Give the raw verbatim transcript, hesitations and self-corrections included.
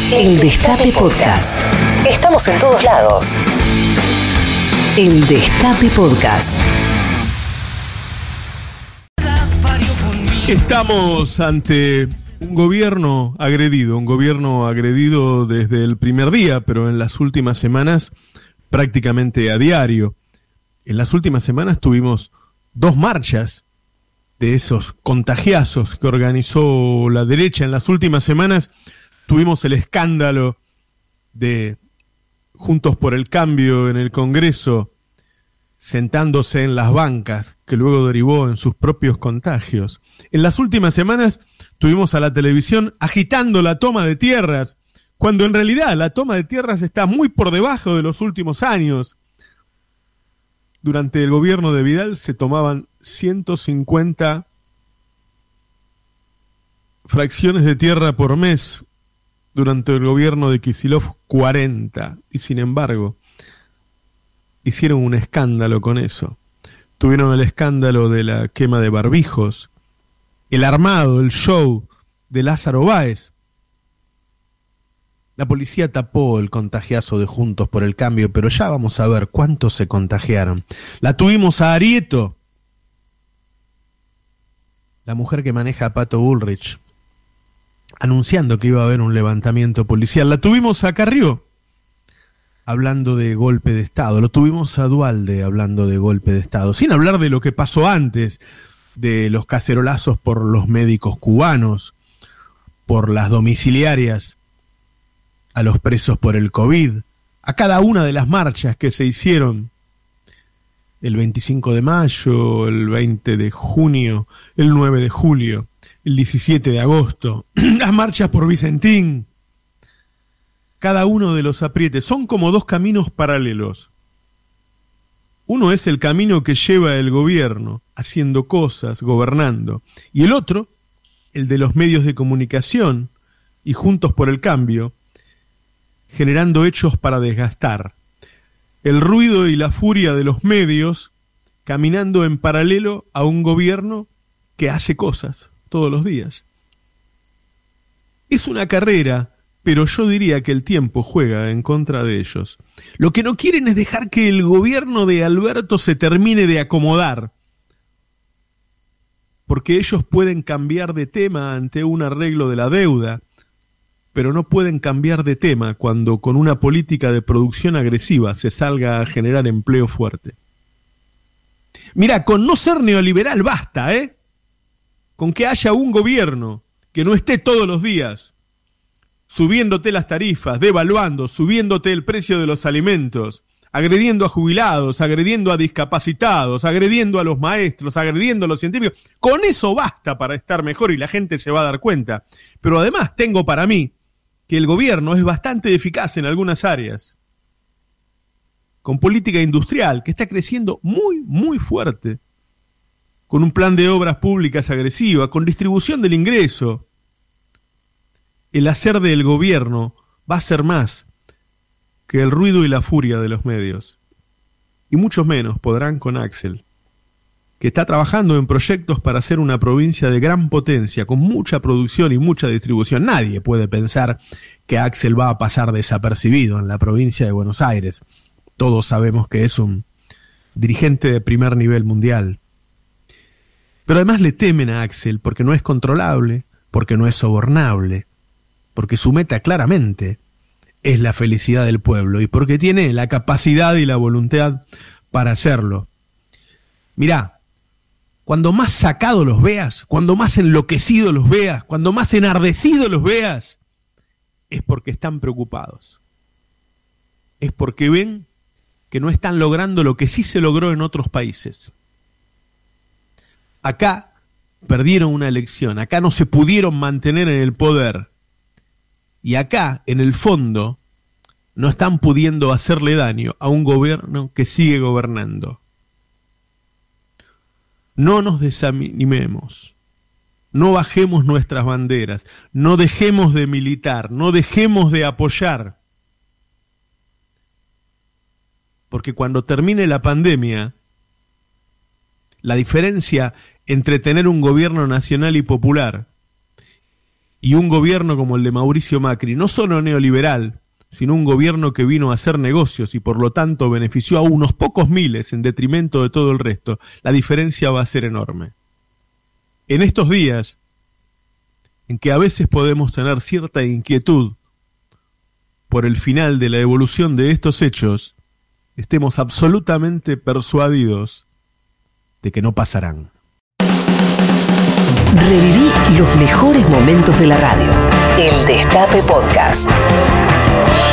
El Destape Podcast. Estamos en todos lados. El Destape Podcast. Estamos ante un gobierno agredido, un gobierno agredido desde el primer día, pero en las últimas semanas prácticamente a diario. En las últimas semanas tuvimos dos marchas de esos contagiazos que organizó la derecha. En las últimas semanas tuvimos el escándalo de Juntos por el Cambio en el Congreso, sentándose en las bancas, que luego derivó en sus propios contagios. En las últimas semanas tuvimos a la televisión agitando la toma de tierras, cuando en realidad la toma de tierras está muy por debajo de los últimos años. Durante el gobierno de Vidal se tomaban ciento cincuenta fracciones de tierra por mes. Durante el gobierno de Kicillof, cuarenta. Y sin embargo, hicieron un escándalo con eso. Tuvieron el escándalo de la quema de barbijos, el armado, el show de Lázaro Báez. La policía tapó el contagiazo de Juntos por el Cambio, pero ya vamos a ver cuántos se contagiaron. La tuvimos a Arieto, la mujer que maneja a Pato Bullrich, anunciando que iba a haber un levantamiento policial. La tuvimos a Carrió, hablando de golpe de Estado. Lo tuvimos a Duhalde hablando de golpe de Estado. Sin hablar de lo que pasó antes, de los cacerolazos por los médicos cubanos, por las domiciliarias a los presos por el COVID, a cada una de las marchas que se hicieron el veinticinco de mayo, el veinte de junio, el nueve de julio, el diecisiete de agosto, las marchas por Vicentín. Cada uno de los aprietes son como dos caminos paralelos. Uno es el camino que lleva el gobierno, haciendo cosas, gobernando, y el otro, el de los medios de comunicación y Juntos por el Cambio, generando hechos para desgastar. El ruido y la furia de los medios caminando en paralelo a un gobierno que hace cosas todos los días. Es una carrera, pero yo diría que el tiempo juega en contra de ellos. Lo que no quieren es dejar que el gobierno de Alberto se termine de acomodar, porque ellos pueden cambiar de tema ante un arreglo de la deuda, pero no pueden cambiar de tema cuando con una política de producción agresiva se salga a generar empleo fuerte. Mira, con no ser neoliberal basta, ¿eh? Con que haya un gobierno que no esté todos los días subiéndote las tarifas, devaluando, subiéndote el precio de los alimentos, agrediendo a jubilados, agrediendo a discapacitados, agrediendo a los maestros, agrediendo a los científicos. Con eso basta para estar mejor y la gente se va a dar cuenta. Pero además tengo para mí que el gobierno es bastante eficaz en algunas áreas, con política industrial que está creciendo muy, muy fuerte, con un plan de obras públicas agresiva, con distribución del ingreso. El hacer del gobierno va a ser más que el ruido y la furia de los medios. Y muchos menos podrán con Axel, que está trabajando en proyectos para hacer una provincia de gran potencia, con mucha producción y mucha distribución. Nadie puede pensar que Axel va a pasar desapercibido en la provincia de Buenos Aires. Todos sabemos que es un dirigente de primer nivel mundial. Pero además le temen a Axel porque no es controlable, porque no es sobornable, porque su meta claramente es la felicidad del pueblo y porque tiene la capacidad y la voluntad para hacerlo. Mirá, cuando más sacados los veas, cuando más enloquecidos los veas, cuando más enardecidos los veas, es porque están preocupados. Es porque ven que no están logrando lo que sí se logró en otros países. Acá perdieron una elección, acá no se pudieron mantener en el poder. Y acá, en el fondo, no están pudiendo hacerle daño a un gobierno que sigue gobernando. No nos desanimemos, no bajemos nuestras banderas, no dejemos de militar, no dejemos de apoyar. Porque cuando termine la pandemia, la diferencia entre tener un gobierno nacional y popular y un gobierno como el de Mauricio Macri, no solo neoliberal, sino un gobierno que vino a hacer negocios y por lo tanto benefició a unos pocos miles en detrimento de todo el resto, la diferencia va a ser enorme. En estos días, en que a veces podemos tener cierta inquietud por el final de la evolución de estos hechos, estemos absolutamente persuadidos de que no pasarán. Reviví los mejores momentos de la radio. El Destape Podcast.